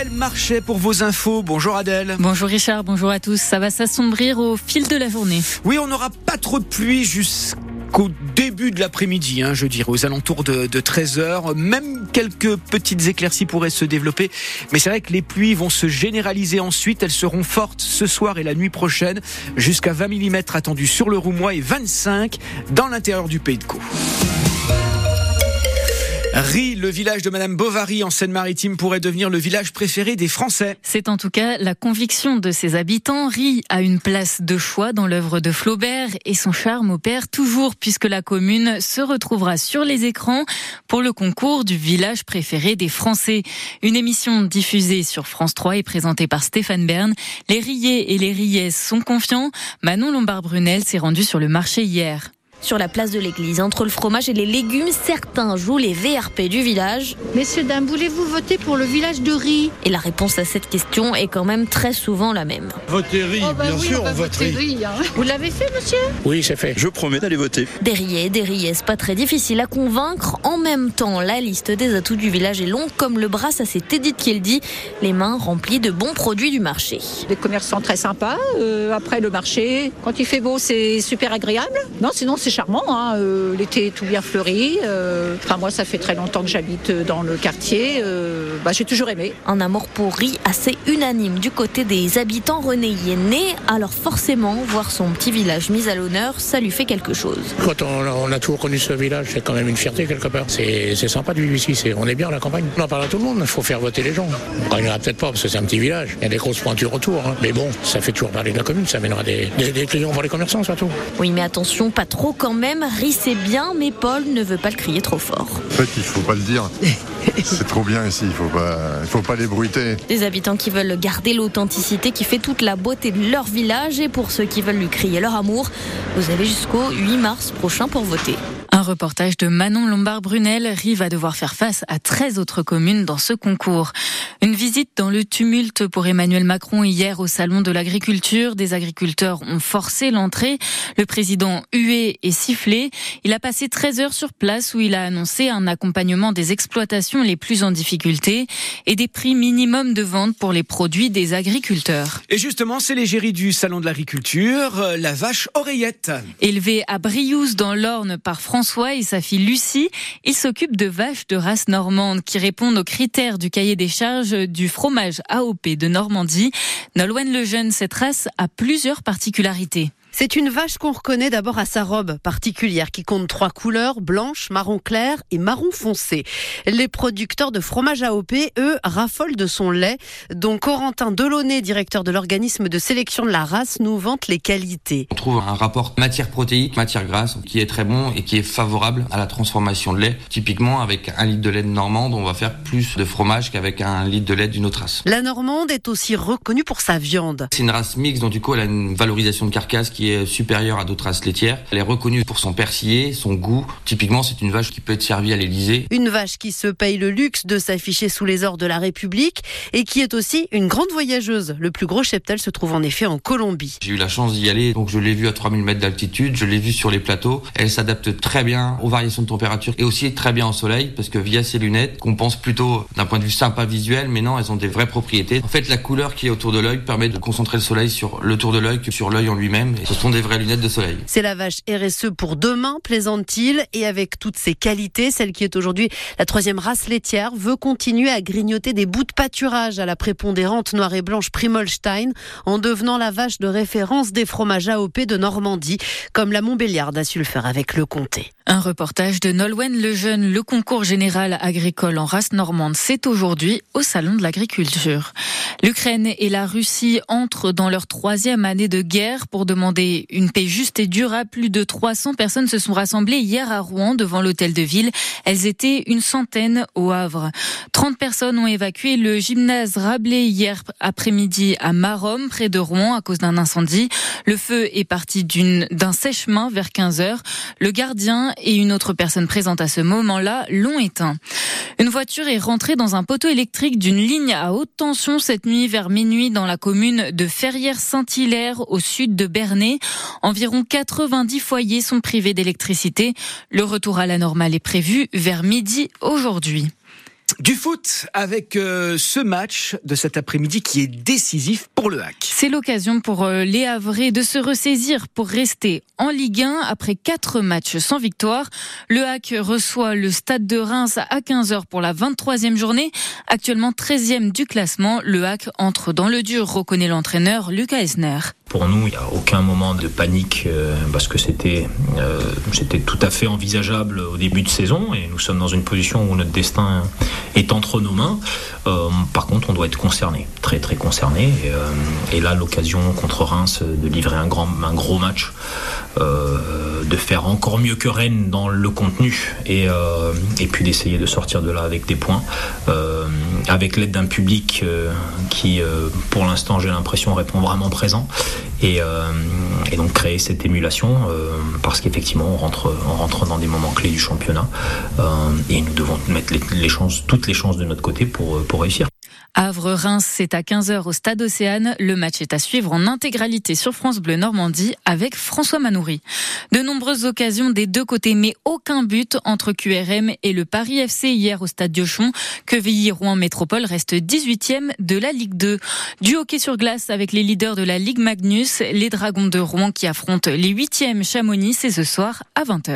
Adèle Marchais pour vos infos. Bonjour Adèle. Bonjour Richard, bonjour à tous. Ça va s'assombrir au fil de la journée. Oui, on n'aura pas trop de pluie jusqu'au début de l'après-midi, je dirais, aux alentours de 13h. Même quelques petites éclaircies pourraient se développer. Mais c'est vrai que les pluies vont se généraliser ensuite. Elles seront fortes ce soir et la nuit prochaine. Jusqu'à 20 mm attendus sur le Roumois et 25 dans l'intérieur du Pays de Caux. Ry, le village de Madame Bovary en Seine-Maritime, pourrait devenir le village préféré des Français. C'est en tout cas la conviction de ses habitants. Ry a une place de choix dans l'œuvre de Flaubert et son charme opère toujours puisque la commune se retrouvera sur les écrans pour le concours du village préféré des Français. Une émission diffusée sur France 3 et présentée par Stéphane Bern. Les Ryais et les Ryaises sont confiants. Manon Lombard-Brunel s'est rendue sur le marché hier. Sur la place de l'église, entre le fromage et les légumes, certains jouent les VRP du village. Messieurs, dames, voulez-vous voter pour le village de Ry ? Et la réponse à cette question est quand même très souvent la même. Voter Ry, bien sûr, on vote Ry. Vous l'avez fait, monsieur ? Oui, c'est fait. Je promets d'aller voter. Des Ryais, des Ryaises, pas très difficile à convaincre. En même temps, la liste des atouts du village est longue comme le bras, ça c'est Edith qui le dit. Les mains remplies de bons produits du marché. Des commerçants très sympas. Après le marché, quand il fait beau, c'est super agréable. Non, sinon c'est charmant. L'été tout bien fleuri. Moi, ça fait très longtemps que j'habite dans le quartier. J'ai toujours aimé. Un amour pour Ry assez unanime du côté des habitants. René y est né, alors forcément, voir son petit village mis à l'honneur, ça lui fait quelque chose. Quand on a toujours connu ce village, c'est quand même une fierté quelque part. C'est sympa de vivre ici, on est bien à la campagne. On en parle à tout le monde, il faut faire voter les gens. On ne gagnera peut-être pas parce que c'est un petit village. Il y a des grosses pointures autour. Mais bon, ça fait toujours parler de la commune, ça amènera des clients pour les commerçants surtout. Oui, mais attention, pas trop quand même. Ry c'est bien, mais Paul ne veut pas le crier trop fort. En fait, il faut pas le dire. C'est trop bien ici, il faut pas l'ébruiter. Des habitants qui veulent garder l'authenticité qui fait toute la beauté de leur village et pour ceux qui veulent lui crier leur amour, vous avez jusqu'au 8 mars prochain pour voter. Un reportage de Manon Lombard-Brunel. Ry va devoir faire face à 13 autres communes dans ce concours. Une visite dans le tumulte pour Emmanuel Macron hier au salon de l'agriculture. Des agriculteurs ont forcé l'entrée. Le président hué et sifflé. Il a passé 13 heures sur place où il a annoncé un accompagnement des exploitations les plus en difficulté et des prix minimum de vente pour les produits des agriculteurs. Et justement, c'est l'égérie du salon de l'agriculture, la vache oreillette. Élevée à Briouze dans l'Orne par François et sa fille Lucie, il s'occupe de vaches de race normande qui répondent aux critères du cahier des charges du fromage AOP de Normandie. Nolwenn Lejeune, cette race a plusieurs particularités. C'est une vache qu'on reconnaît d'abord à sa robe particulière qui compte 3 couleurs, blanche, marron clair et marron foncé. Les producteurs de fromage AOP, eux, raffolent de son lait, dont Corentin Delaunay, directeur de l'organisme de sélection de la race, nous vante les qualités. On trouve un rapport matière protéique, matière grasse qui est très bon et qui est favorable à la transformation de lait. Typiquement, avec 1 litre de lait de normande, on va faire plus de fromage qu'avec 1 litre de lait d'une autre race. La normande est aussi reconnue pour sa viande. C'est une race mixte, donc du coup, elle a une valorisation de carcasse qui est supérieure à d'autres races laitières. Elle est reconnue pour son persillé, son goût. Typiquement, c'est une vache qui peut être servie à l'Élysée. Une vache qui se paye le luxe de s'afficher sous les ors de la République et qui est aussi une grande voyageuse. Le plus gros cheptel se trouve en effet en Colombie. J'ai eu la chance d'y aller, donc je l'ai vue à 3000 mètres d'altitude, je l'ai vue sur les plateaux. Elle s'adapte très bien aux variations de température et aussi très bien au soleil parce que via ses lunettes, qu'on pense plutôt d'un point de vue sympa visuel, mais non, elles ont des vraies propriétés. En fait, la couleur qui est autour de l'œil permet de concentrer le soleil sur le tour de l'œil que sur l'œil en lui-même. Et ce sont des vraies lunettes de soleil. C'est la vache RSE pour demain, plaisante-t-il, et avec toutes ses qualités, celle qui est aujourd'hui la 3e race laitière veut continuer à grignoter des bouts de pâturage à la prépondérante noire et blanche Primolstein en devenant la vache de référence des fromages AOP de Normandie, comme la Montbéliarde a su le faire avec le comté. Un reportage de Nolwenn Lejeune. Le concours général agricole en race normande, c'est aujourd'hui au salon de l'agriculture. L'Ukraine et la Russie entrent dans leur 3e année de guerre pour demander une paix juste et durable. Plus de 300 personnes se sont rassemblées hier à Rouen devant l'hôtel de ville. Elles étaient une centaine au Havre. 30 personnes ont évacué le gymnase Rabelais hier après-midi à Maromme, près de Rouen, à cause d'un incendie. Le feu est parti d'un sèche-main vers 15h. Le gardien et une autre personne présente à ce moment-là l'ont éteint. Une voiture est rentrée dans un poteau électrique d'une ligne à haute tension cette nuit vers minuit dans la commune de Ferrières-Saint-Hilaire au sud de Bernay. Environ 90 foyers sont privés d'électricité. Le retour à la normale est prévu vers midi aujourd'hui. Du foot avec ce match de cet après-midi qui est décisif pour le HAC. C'est l'occasion pour les Havrais de se ressaisir pour rester en Ligue 1 après 4 matchs sans victoire. Le HAC reçoit le Stade de Reims à 15h pour la 23e journée. Actuellement 13e du classement, le HAC entre dans le dur, reconnaît l'entraîneur Lucas Esner. Pour nous, il n'y a aucun moment de panique parce que c'était tout à fait envisageable au début de saison et nous sommes dans une position où notre destin est entre nos mains. Par contre, on doit être concerné, très très concerné. Et là, l'occasion contre Reims de livrer un gros match, de faire encore mieux que Rennes dans le contenu et puis d'essayer de sortir de là avec des points, avec l'aide d'un public qui, pour l'instant, j'ai l'impression, répond vraiment présent. Et donc créer cette émulation parce qu'effectivement on rentre dans des moments clés du championnat et nous devons mettre toutes les chances de notre côté pour réussir. Havre-Reims, c'est à 15h au Stade Océane. Le match est à suivre en intégralité sur France Bleu Normandie avec François Manoury. De nombreuses occasions des deux côtés, mais aucun but entre QRM et le Paris FC hier au Stade Diochon. Quevilly-Rouen Métropole reste 18e de la Ligue 2. Du hockey sur glace avec les leaders de la Ligue Magnus, les Dragons de Rouen qui affrontent les 8e Chamonix, c'est ce soir à 20h.